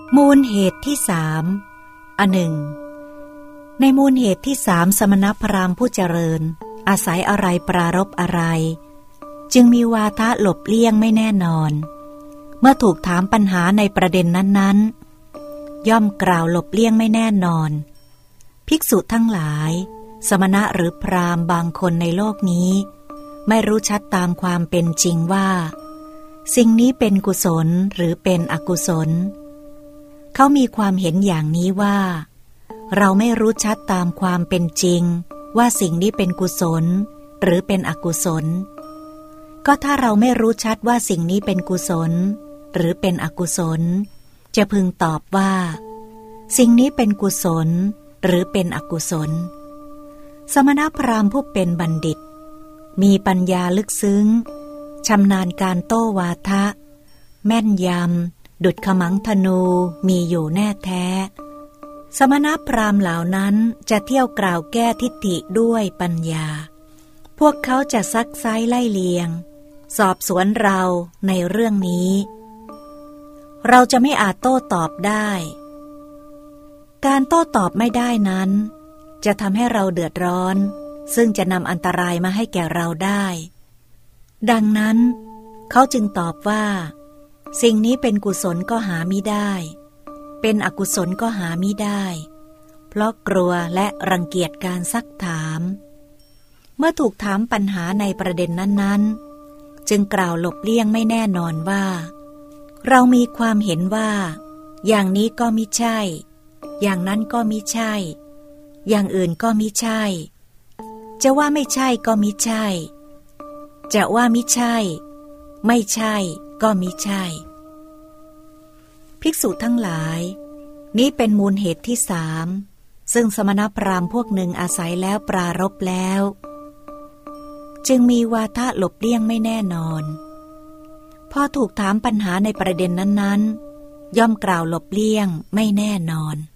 มูลเหตุที่สามอันหนึ่งในมูลเหตุที่สามสมณพราหมณ์ผู้เจริญอาศัยอะไรปรารภอะไรจึงมีวาทะหลบเลี่ยงไม่แน่นอนเมื่อถูกถามปัญหาในประเด็นนั้นๆย่อมกล่าวหลบเลี่ยงไม่แน่นอนภิกษุทั้งหลายสมณะหรือพราหมณ์บางคนในโลกนี้ไม่รู้ชัดตามความเป็นจริงว่าสิ่งนี้เป็นกุศลหรือเป็นอกุศลเขามีความเห็นอย่างนี้ว่าเราไม่รู้ชัดตามความเป็นจริงว่าสิ่งนี้เป็นกุศลหรือเป็นอกุศลก็ถ้าเราไม่รู้ชัดว่าสิ่งนี้เป็นกุศลหรือเป็นอกุศลจะพึงตอบว่าสิ่งนี้เป็นกุศลหรือเป็นอกุศลสมณพราหมณ์ผู้เป็นบัณฑิตมีปัญญาลึกซึ้งชำนาญการโต้วาทะแม่นยำดุจขมังธนูมีอยู่แน่แท้สมณพราหมณ์เหล่านั้นจะเที่ยวกล่าวแก้ทิฏฐิด้วยปัญญาพวกเขาจะซักไซ้ไล่เลียงสอบสวนเราในเรื่องนี้เราจะไม่อาจโต้ตอบได้การโต้ตอบไม่ได้นั้นจะทำให้เราเดือดร้อนซึ่งจะนำอันตรายมาให้แก่เราได้ดังนั้นเขาจึงตอบว่าสิ่งนี้เป็นกุศลก็หามิได้เป็นอกุศลก็หามิได้เพราะกลัวและรังเกียจการซักถามเมื่อถูกถามปัญหาในประเด็นนั้นๆจึงกล่าวหลบเลี่ยงไม่แน่นอนว่าเรามีความเห็นว่าอย่างนี้ก็มิใช่อย่างนั้นก็มิใช่อย่างอื่นก็มิใช่จะว่าไม่ใช่ก็มิใช่จะว่ามิใช่ไม่ใช่ก็มิใช่ภิกษุทั้งหลายนี้เป็นมูลเหตุที่สามซึ่งสมณพราหมณ์พวกหนึ่งอาศัยแล้วปรารภแล้วจึงมีวาทะหลบเลี่ยงไม่แน่นอนพอถูกถามปัญหาในประเด็นนั้นๆย่อมกล่าวหลบเลี่ยงไม่แน่นอน